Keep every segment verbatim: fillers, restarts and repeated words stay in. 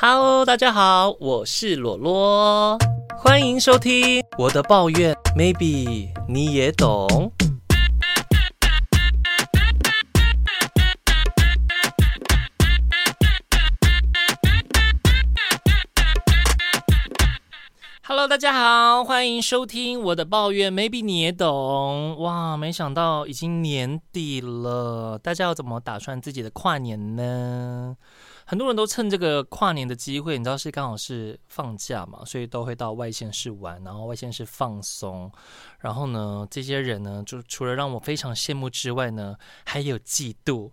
Hello， 大家好，我是罗罗，欢迎收听我的抱怨 ，maybe 你也懂。Hello， 大家好，欢迎收听我的抱怨 ，maybe 你也懂。哇，没想到已经年底了，大家要怎么打算自己的跨年呢？很多人都趁这个跨年的机会，你知道是刚好是放假嘛，所以都会到外县市玩，然后外县市放松。然后呢，这些人呢，就除了让我非常羡慕之外呢，还有嫉妒。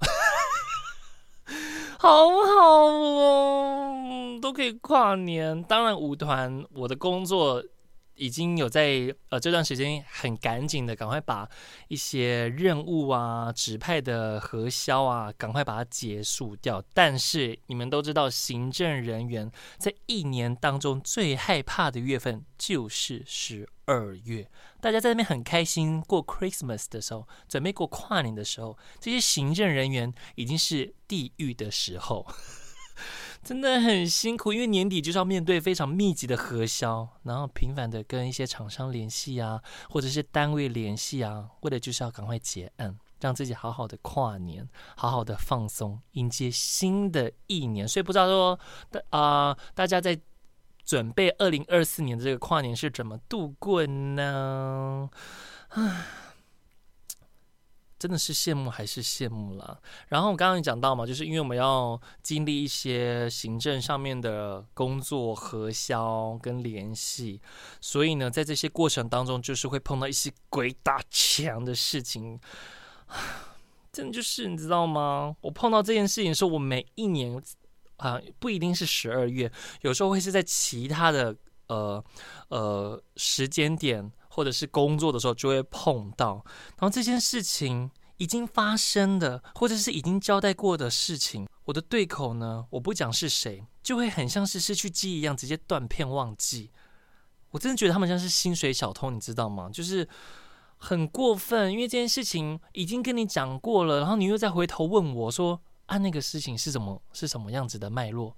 好好哦，都可以跨年。当然，舞团我的工作已经有在呃这段时间很赶紧的赶快把一些任务啊、指派的核销啊，赶快把它结束掉。但是你们都知道，行政人员在一年当中最害怕的月份就是十二月。大家在那边很开心过 Christmas 的时候，准备过跨年的时候，这些行政人员已经是地狱的时候。真的很辛苦，因为年底就是要面对非常密集的核销，然后频繁的跟一些厂商联系啊，或者是单位联系啊，为了就是要赶快结案，让自己好好的跨年，好好的放松，迎接新的一年。所以不知道说，呃，大家在准备二零二四年的这个跨年是怎么度过呢？唉。真的是羡慕还是羡慕啦。然后我刚刚也讲到嘛，就是因为我们要经历一些行政上面的工作核销跟联系，所以呢，在这些过程当中，就是会碰到一些鬼打墙的事情。真的就是你知道吗？我碰到这件事情的时候，我每一年啊，不一定是十二月，有时候会是在其他的呃呃时间点。或者是工作的时候就会碰到，然后这件事情已经发生的，或者是已经交代过的事情，我的对口呢，我不讲是谁，就会很像是失去记忆一样，直接断片忘记。我真的觉得他们像是薪水小偷，你知道吗？就是很过分，因为这件事情已经跟你讲过了，然后你又再回头问我说啊，那个事情是怎么是什么样子的脉络？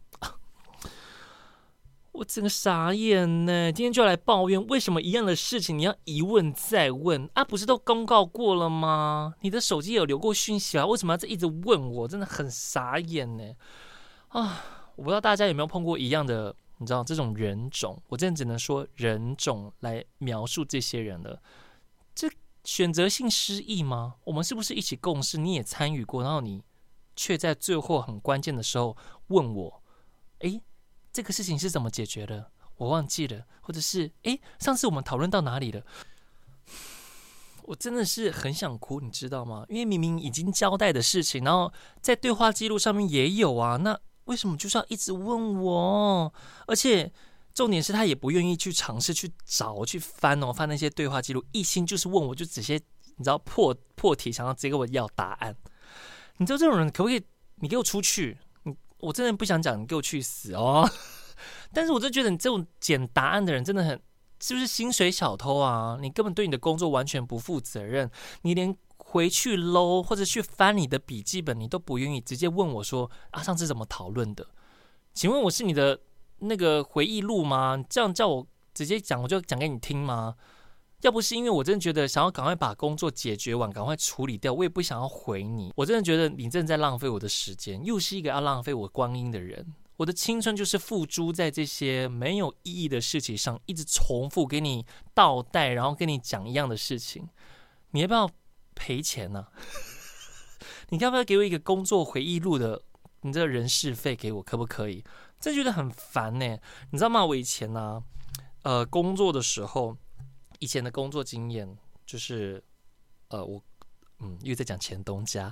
我整个傻眼呢！今天就来抱怨，为什么一样的事情你要一问再问啊？不是都公告过了吗？你的手机有留过讯息啊？为什么要再一直问我？真的很傻眼呢！啊，我不知道大家有没有碰过一样的，你知道这种人种，我真的只能说人种来描述这些人了。这选择性失忆吗？我们是不是一起共事？你也参与过，然后你却在最后很关键的时候问我，诶？这个事情是怎么解决的？我忘记了，或者是诶，上次我们讨论到哪里了？我真的是很想哭，你知道吗？因为明明已经交代的事情，然后在对话记录上面也有啊，那为什么就是要一直问我？而且重点是他也不愿意去尝试去找去翻哦，翻那些对话记录，一心就是问我，就直接你知道破破题，想要直接给我要答案。你知道这种人可不可以？你给我出去！我真的不想讲，你给我去死哦！但是我真的觉得你这种捡答案的人真的很，是不是薪水小偷啊？你根本对你的工作完全不负责任，你连回去搂或者去翻你的笔记本，你都不愿意直接问我说啊，上次怎么讨论的？请问我是你的那个回忆录吗？这样叫我直接讲，我就讲给你听吗？要不是因为我真的觉得想要赶快把工作解决完，赶快处理掉，我也不想要回你。我真的觉得你正在浪费我的时间，又是一个要浪费我光阴的人。我的青春就是付诸在这些没有意义的事情上，一直重复给你倒带，然后跟你讲一样的事情。你要不要赔钱呢、啊？你要不要给我一个工作回忆录的你这个人事费给我，可不可以？真的觉得很烦呢。你知道吗？我以前呢、啊，呃，工作的时候。以前的工作经验就是，呃，我嗯又在讲前东家，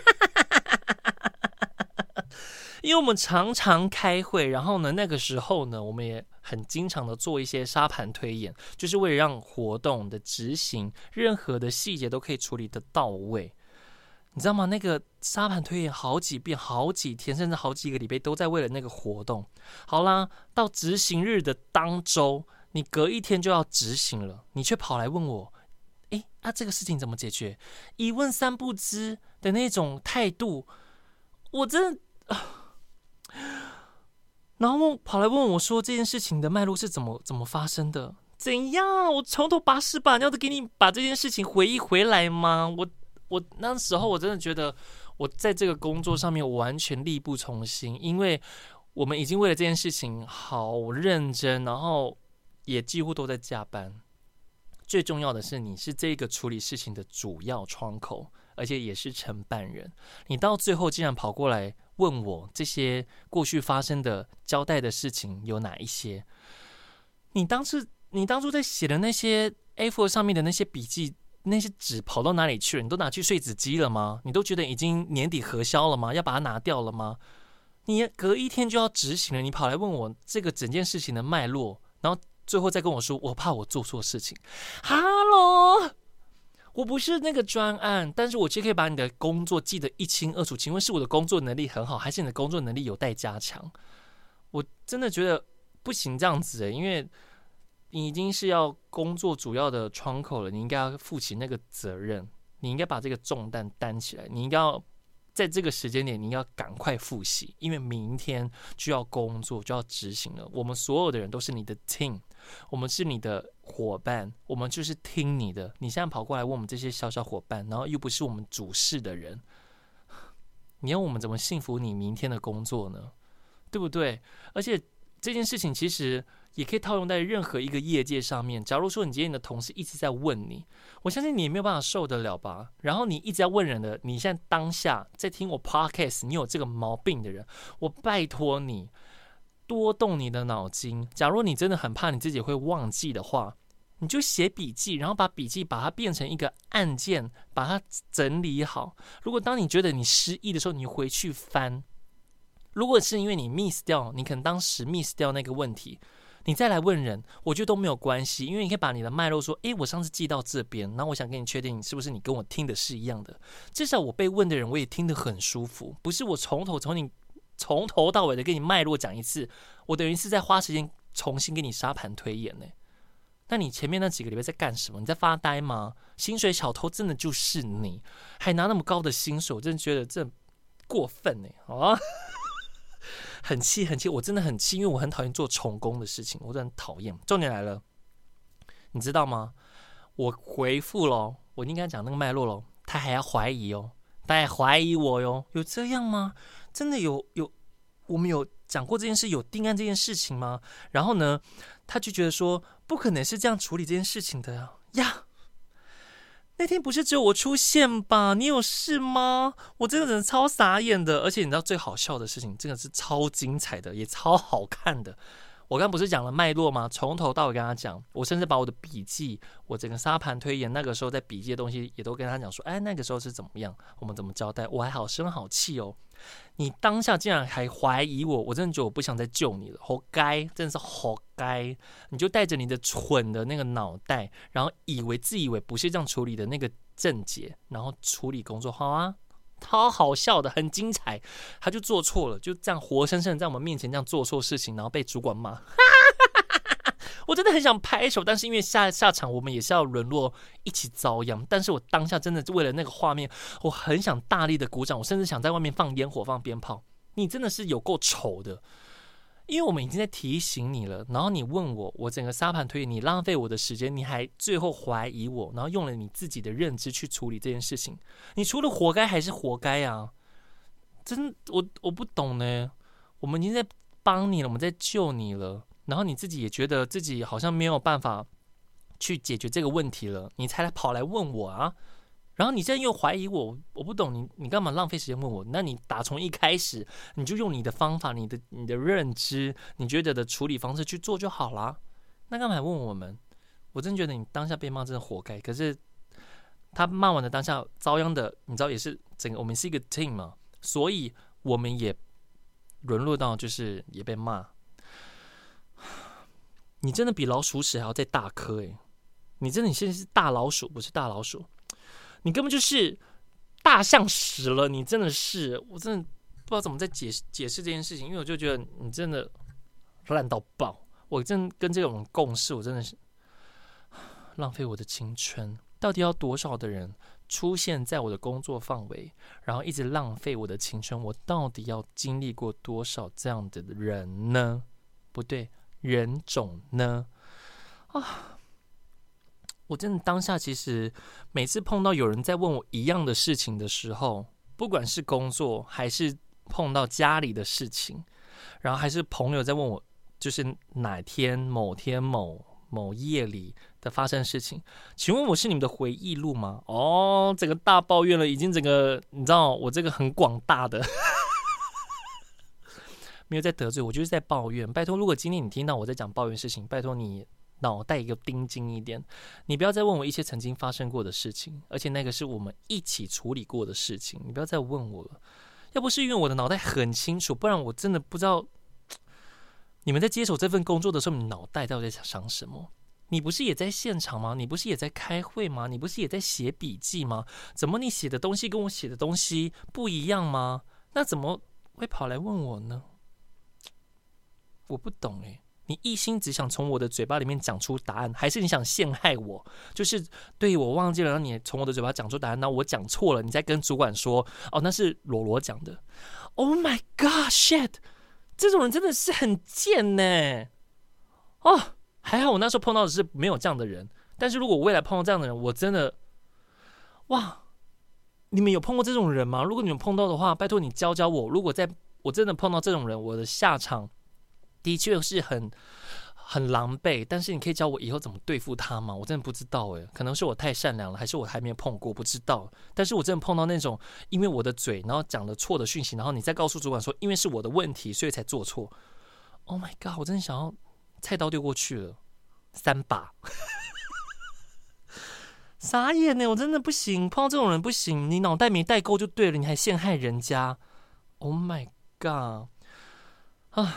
因为我们常常开会，然后呢，那个时候呢，我们也很经常的做一些沙盘推演，就是为了让活动的执行任何的细节都可以处理得到位。你知道吗？那个沙盘推演好几遍、好几天，甚至好几个礼拜，都在为了那个活动。好啦，到执行日的当周。你隔一天就要执行了，你却跑来问我，诶，啊，这个事情怎么解决？一问三不知的那种态度，我真的，啊、 然后跑来问我说这件事情的脉络是怎么怎么发生的？怎样？我从头把屎把尿的给你把这件事情回忆回来吗？我我那时候我真的觉得我在这个工作上面完全力不从心，因为我们已经为了这件事情好认真，然后也几乎都在加班。最重要的是，你是这个处理事情的主要窗口，而且也是承办人。你到最后竟然跑过来问我这些过去发生的交代的事情有哪一些？你当时你当初在写的那些 A 四 上面的那些笔记，那些纸跑到哪里去了？你都拿去碎纸机了吗？你都觉得已经年底核销了吗？要把它拿掉了吗？你隔一天就要执行了，你跑来问我这个整件事情的脉络，然后最后再跟我说我怕我做错事情。哈喽，我不是那个专案，但是我却可以把你的工作记得一清二楚。请问是我的工作能力很好，还是你的工作能力有待加强？我真的觉得不行这样子、欸、因为你已经是要工作主要的窗口了，你应该要负起那个责任，你应该把这个重担担起来，你应该要在这个时间点，你应该要赶快复习，因为明天就要工作，就要执行了。我们所有的人都是你的 team， 我们是你的伙伴，我们就是听你的。你现在跑过来问我们这些小小伙伴，然后又不是我们主事的人，你要我们怎么信服你明天的工作呢？对不对？而且这件事情其实也可以套用在任何一个业界上面。假如说你今天你的同事一直在问你，我相信你也没有办法受得了吧。然后你一直在问人的，你现在当下在听我 podcast， 你有这个毛病的人，我拜托你多动你的脑筋。假如你真的很怕你自己会忘记的话，你就写笔记，然后把笔记把它变成一个案件，把它整理好。如果当你觉得你失忆的时候，你回去翻。如果是因为你 miss 掉，你可能当时 miss 掉那个问题，你再来问人，我觉得都没有关系，因为你可以把你的脉络说，诶，我上次记到这边，然后我想跟你确定是不是你跟我听的是一样的，至少我被问的人我也听得很舒服，不是我从头从你从头到尾的跟你脉络讲一次，我等于是在花时间重新给你沙盘推演呢。那你前面那几个礼拜在干什么？你在发呆吗？薪水小偷真的就是你，还拿那么高的薪水，我真的觉得这过分呢，啊！很气很气，我真的很气，因为我很讨厌做重工的事情，我真的很讨厌。重点来了，你知道吗？我回复了，我应该讲那个脉络了，他还要怀疑哦，他还怀疑我哟，有这样吗？真的有有，我们有讲过这件事，有定案这件事情吗？然后呢，他就觉得说，不可能是这样处理这件事情的呀。呀那天不是只有我出现吧？你有事吗？我真的真的超傻眼的，而且你知道最好笑的事情，真的是超精彩的，也超好看的。我刚不是讲了脉络吗？从头到尾跟他讲，我甚至把我的笔记，我整个沙盘推演，那个时候在笔记的东西也都跟他讲说，哎，那个时候是怎么样，我们怎么交代，我还好生好气哦。你当下竟然还怀疑我，我真的觉得我不想再救你了，活该，真的是活该！你就带着你的蠢的那个脑袋，然后以为自以为不是这样处理的那个正解，然后处理工作，好啊，超好笑的，很精彩。他就做错了，就这样活生生在我们面前这样做错事情，然后被主管骂。我真的很想拍手，但是因为下下场我们也是要沦落一起遭殃。但是我当下真的为了那个画面，我很想大力的鼓掌，我甚至想在外面放烟火、放鞭炮。你真的是有够丑的，因为我们已经在提醒你了，然后你问我，我整个沙盘推演，你浪费我的时间，你还最后怀疑我，然后用了你自己的认知去处理这件事情，你除了活该还是活该啊！真我我不懂呢，我们已经在帮你了，我们在救你了。然后你自己也觉得自己好像没有办法去解决这个问题了，你才来跑来问我啊！然后你现在又怀疑我，我不懂你，你干嘛浪费时间问我？那你打从一开始你就用你的方法、你的你的认知、你觉得的处理方式去做就好啦。那干嘛还问我们？我真觉得你当下被骂真的活该。可是他骂完的当下遭殃的，你知道也是整个我们是一个 team 嘛，所以我们也沦落到就是也被骂。你真的比老鼠屎还要再大颗哎！你真的你现在是大老鼠，不是大老鼠，你根本就是大象屎了！你真的是，我真的不知道怎么在解释解释这件事情，因为我就觉得你真的烂到爆。我真跟这种人共事，我真的是浪费我的青春。 到底要多少的人出现在我的工作范围，然后一直浪费我的青春？我到底要经历过多少这样的人呢？不对，人种呢？啊，我真的当下其实每次碰到有人在问我一样的事情的时候，不管是工作还是碰到家里的事情，然后还是朋友在问我，就是哪天某天某某夜里的发生事情，请问我是你们的回忆录吗？哦，整个大抱怨了，已经整个你知道我这个很广大的没有在得罪，我就是在抱怨。拜托，如果今天你听到我在讲抱怨事情，拜托你脑袋一个盯紧一点，你不要再问我一些曾经发生过的事情，而且那个是我们一起处理过的事情，你不要再问我了。要不是因为我的脑袋很清楚，不然我真的不知道你们在接手这份工作的时候，你脑袋到底在想什么？你不是也在现场吗？你不是也在开会吗？你不是也在写笔记吗？怎么你写的东西跟我写的东西不一样吗？那怎么会跑来问我呢？我不懂哎、欸，你一心只想从我的嘴巴里面讲出答案，还是你想陷害我？就是对我忘记了，让你从我的嘴巴讲出答案，那我讲错了，你再跟主管说，哦，那是罗罗讲的。Oh my god, shit！ 这种人真的是很贱呢。哦，还好我那时候碰到的是没有这样的人，但是如果我未来碰到这样的人，我真的，哇！你们有碰过这种人吗？如果你们碰到的话，拜托你教教我。如果在我真的碰到这种人，我的下场的确是很很狼狈，但是你可以教我以后怎么对付他吗？我真的不知道哎，可能是我太善良了，还是我还没有碰过，不知道。但是我真的碰到那种因为我的嘴，然后讲了错的讯息，然后你再告诉主管说，因为是我的问题，所以才做错。Oh my god！ 我真的想要菜刀丢过去了，三把。傻眼呢，我真的不行，碰到这种人不行。你脑袋没带够就对了，你还陷害人家。Oh my god！ 啊！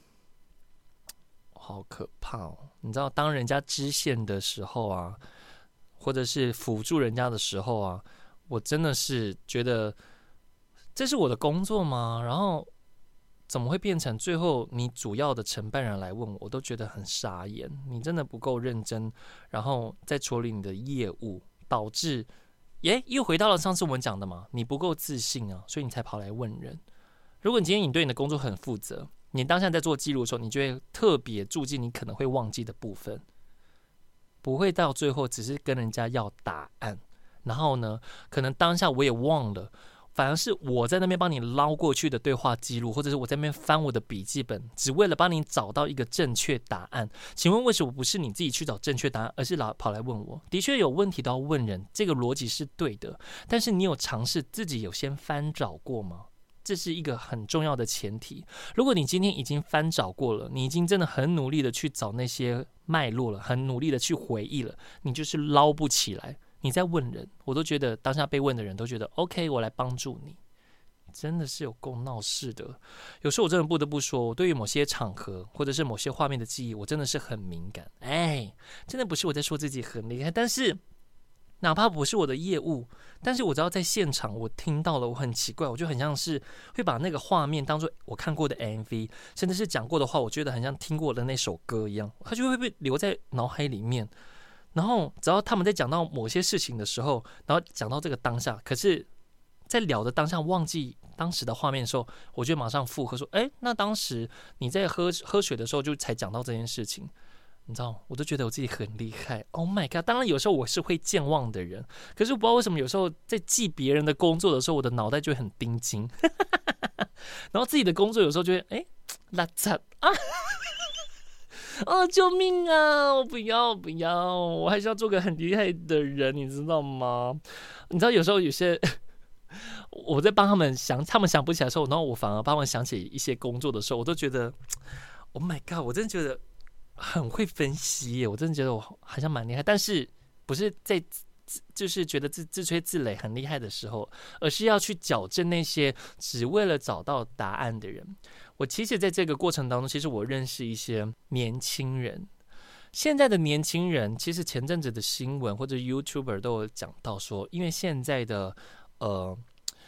好可怕哦！你知道，当人家支线的时候啊，或者是辅助人家的时候啊，我真的是觉得这是我的工作吗？然后怎么会变成最后你主要的承办人来问我，我都觉得很傻眼。你真的不够认真，然后再处理你的业务，导致耶又回到了上次我们讲的嘛，你不够自信啊，所以你才跑来问人。如果你今天你对你的工作很负责，你当下在做记录的时候，你就会特别注记你可能会忘记的部分，不会到最后只是跟人家要答案，然后呢，可能当下我也忘了，反而是我在那边帮你捞过去的对话记录，或者是我在那边翻我的笔记本，只为了帮你找到一个正确答案。请问为什么不是你自己去找正确答案，而是跑来问我？的确有问题都要问人，这个逻辑是对的，但是你有尝试自己有先翻找过吗？这是一个很重要的前提。如果你今天已经翻找过了，你已经真的很努力的去找那些脉络了，很努力的去回忆了，你就是捞不起来，你在问人，我都觉得当下被问的人都觉得 OK， 我来帮助你，真的是有够闹事的。有时候我真的不得不说，我对于某些场合或者是某些画面的记忆，我真的是很敏感。哎，真的不是我在说自己很厉害，但是哪怕不是我的业务，但是我知道在现场我听到了，我很奇怪，我就很像是会把那个画面当作我看过的 M V， 甚至是讲过的话，我觉得很像听过的那首歌一样，它就会被留在脑海里面。然后只要他们在讲到某些事情的时候，然后讲到这个当下，可是在聊的当下忘记当时的画面的时候，我就马上附和说，哎，那当时你在喝喝水的时候就才讲到这件事情，你知道，我都觉得我自己很厉害。 Oh my god！ 当然有时候我是会健忘的人，可是我不知道为什么有时候在记别人的工作的时候，我的脑袋就会很盯紧然后自己的工作有时候就会哎拉杂啊哦，救命啊！我不要不要，我还是要做个很厉害的人，你知道吗？你知道有时候有些我在帮他们想，他们想不起来的时候，然后我反而帮他们想起一些工作的时候，我都觉得 Oh my god！ 我真的觉得很会分析耶，我真的觉得我好像蛮厉害，但是不是在就是觉得自自吹自擂很厉害的时候，而是要去矫正那些只为了找到答案的人。我其实在这个过程当中，其实我认识一些年轻人，现在的年轻人其实前阵子的新闻或者 YouTuber 都有讲到说，因为现在的呃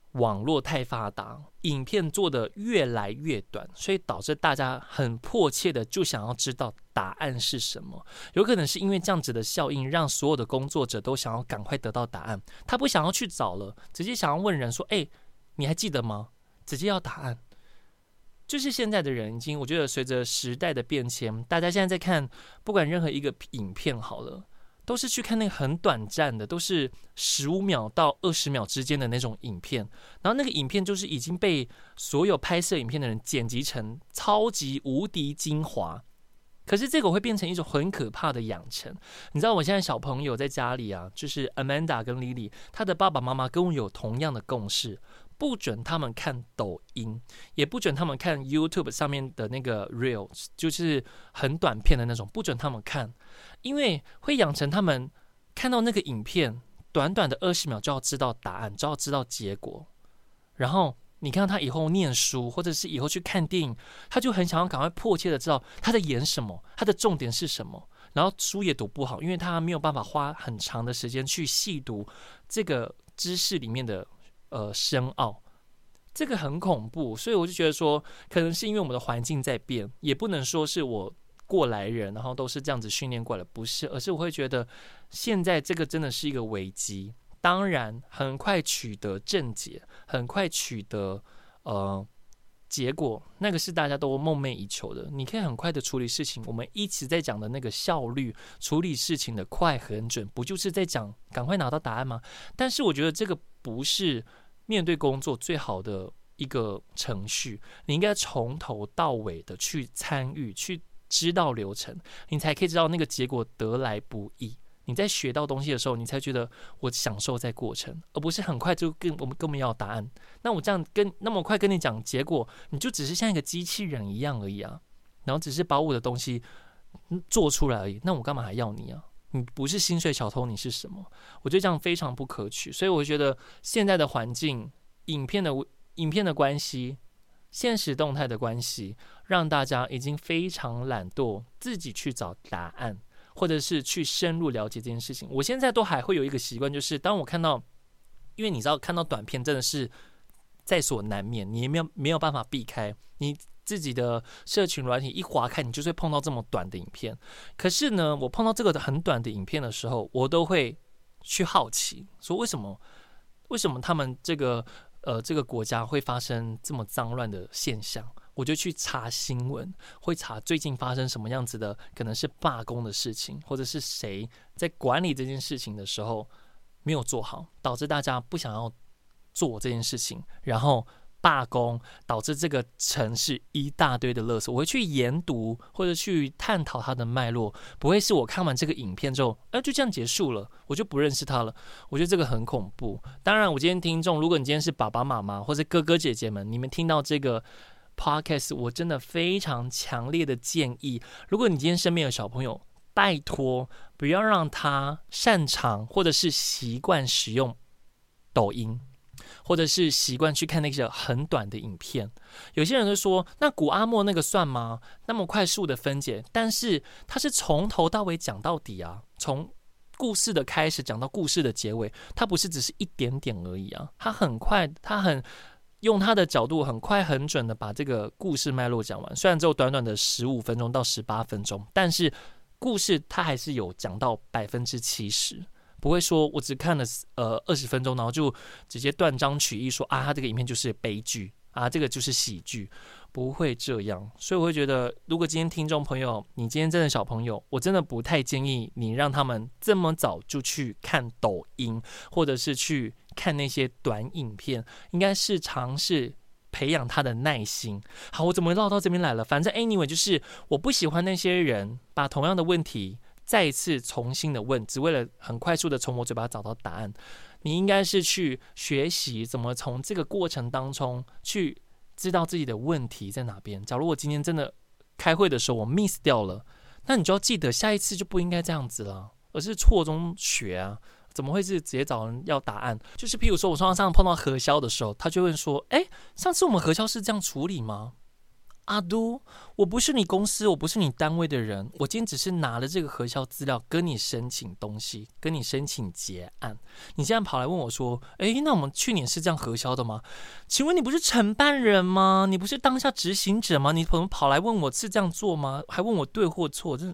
网络太发达，影片做得越来越短，所以导致大家很迫切的就想要知道答案是什么。有可能是因为这样子的效应，让所有的工作者都想要赶快得到答案，他不想要去找了，直接想要问人说：“哎，你还记得吗？”直接要答案。就是现在的人已经，我觉得随着时代的变迁，大家现在在看不管任何一个影片好了，都是去看那个很短暂的，都是十五秒到二十秒之间的那种影片，然后那个影片就是已经被所有拍摄影片的人剪辑成超级无敌精华。可是这个会变成一种很可怕的养成。你知道我现在小朋友在家里啊，就是 Amanda 跟 Lily， 他的爸爸妈妈跟我有同样的共识，不准他们看抖音，也不准他们看 YouTube 上面的那个 Reels， 就是很短片的那种，不准他们看，因为会养成他们看到那个影片短短的二十秒就要知道答案，就要知道结果。然后你看到他以后念书，或者是以后去看电影，他就很想要赶快迫切的知道他在演什么，他的重点是什么。然后书也读不好，因为他没有办法花很长的时间去细读这个知识里面的呃深奥，这个很恐怖。所以我就觉得说，可能是因为我们的环境在变，也不能说是我过来人然后都是这样子训练过来，不是，而是我会觉得现在这个真的是一个危机。当然很快取得正解，很快取得呃结果，那个是大家都梦寐以求的。你可以很快的处理事情，我们一直在讲的那个效率，处理事情的快很准，不就是在讲赶快拿到答案吗？但是我觉得这个不是面对工作最好的一个程序，你应该从头到尾的去参与，去知道流程，你才可以知道那个结果得来不易。你在学到东西的时候，你才觉得我享受在过程，而不是很快就跟我们根本要答案。那我这样跟那么快跟你讲结果，你就只是像一个机器人一样而已啊，然后只是把我的东西做出来而已。那我干嘛还要你啊？你不是薪水小偷，你是什么？我觉得这样非常不可取。所以我觉得现在的环境，影片的影片的关系，现实动态的关系，让大家已经非常懒惰，自己去找答案。或者是去深入了解这件事情。我现在都还会有一个习惯，就是当我看到，因为你知道看到短片真的是在所难免，你也没有没有办法避开，你自己的社群软体一滑开，你就是会碰到这么短的影片。可是呢，我碰到这个很短的影片的时候，我都会去好奇，说为什么为什么他们这个呃这个国家会发生这么脏乱的现象？我就去查新闻，会查最近发生什么样子的，可能是罢工的事情，或者是谁在管理这件事情的时候没有做好，导致大家不想要做这件事情，然后罢工，导致这个城市一大堆的垃圾。我会去研读或者去探讨它的脉络，不会是我看完这个影片之后，哎，就这样结束了，我就不认识它了。我觉得这个很恐怖。当然，我今天听众，如果你今天是爸爸妈妈或者哥哥姐姐们，你们听到这个Podcast， 我真的非常强烈的建议，如果你今天身边有小朋友，拜托不要让他擅长或者是习惯使用抖音，或者是习惯去看那些很短的影片。有些人会说，那古阿莫那个算吗？那么快速的分解，但是他是从头到尾讲到底啊，从故事的开始讲到故事的结尾，他不是只是一点点而已啊，他很快，他很用他的角度很快很准的把这个故事脉络讲完，虽然只有短短的十五分钟到十八分钟，但是故事他还是有讲到百分之七十，不会说我只看了呃二十分钟，然后就直接断章取义说啊，他这个影片就是悲剧啊，这个就是喜剧，不会这样。所以我会觉得，如果今天听众朋友，你今天真的小朋友，我真的不太建议你让他们这么早就去看抖音，或者是去看那些短影片，应该是尝试培养他的耐心。好，我怎么绕到这边来了？反正 anyway 就是我不喜欢那些人把同样的问题再一次重新的问，只为了很快速的从我嘴巴找到答案。你应该是去学习怎么从这个过程当中去知道自己的问题在哪边。假如我今天真的开会的时候我 miss 掉了，那你就要记得下一次就不应该这样子了，而是错中学啊。怎么会是直接找人要答案？就是譬如说我上上碰到核销的时候，他就问说，哎，上次我们核销是这样处理吗？ 阿都，我不是你公司，我不是你单位的人，我今天只是拿了这个核销资料跟你申请东西，跟你申请结案。你现在跑来问我说，哎，那我们去年是这样核销的吗？请问你不是承办人吗？你不是当下执行者吗？你怎么跑来问我是这样做吗？还问我对或错？真的，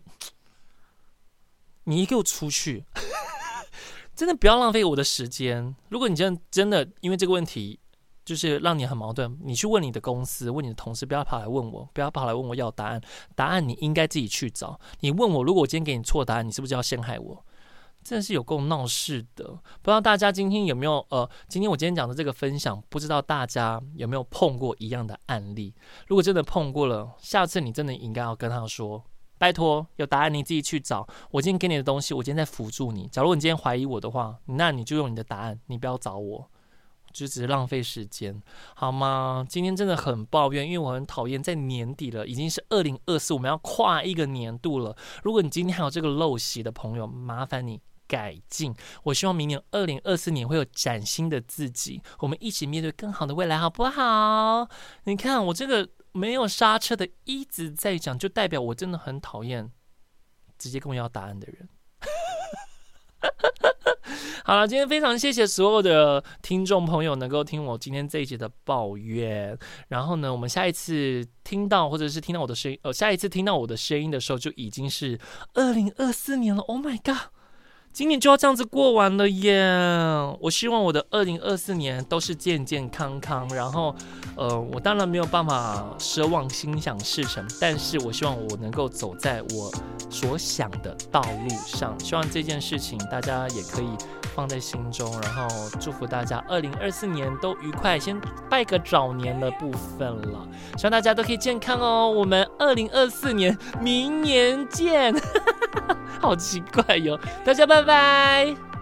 你给我出去！真的不要浪费我的时间。如果你真的真的因为这个问题就是让你很矛盾，你去问你的公司，问你的同事，不要跑来问我，不要跑来问我要答案。答案你应该自己去找。你问我，如果我今天给你错答案，你是不是要陷害我？真的是有够闹事的。不知道大家今天有没有呃，今天我今天讲的这个分享，不知道大家有没有碰过一样的案例？如果真的碰过了，下次你真的应该要跟他说，拜托，有答案你自己去找。我今天给你的东西，我今天在辅助你。假如你今天怀疑我的话，那你就用你的答案，你不要找我，就只是浪费时间，好吗？今天真的很抱怨，因为我很讨厌在年底了，已经是二零二四，我们要跨一个年度了。如果你今天还有这个陋习的朋友，麻烦你改进。我希望明年二零二四年会有崭新的自己，我们一起面对更好的未来，好不好？你看我这个没有刹车的一直在讲，就代表我真的很讨厌直接跟我要答案的人。好了，今天非常谢谢所有的听众朋友能够听我今天这一集的抱怨。然后呢，我们下一次听到或者是听到我的声音，呃，下一次听到我的声音的时候，就已经是二零二四年了。Oh my god！今年就要这样子过完了耶！我希望我的二零二四年都是健健康康，然后，呃，我当然没有办法奢望心想事成，但是我希望我能够走在我所想的道路上。希望这件事情大家也可以放在心中，然后祝福大家二零二四年都愉快。先拜个早年的部分了，希望大家都可以健康哦。我们二零二四年明年见。好奇怪哟，大家拜拜。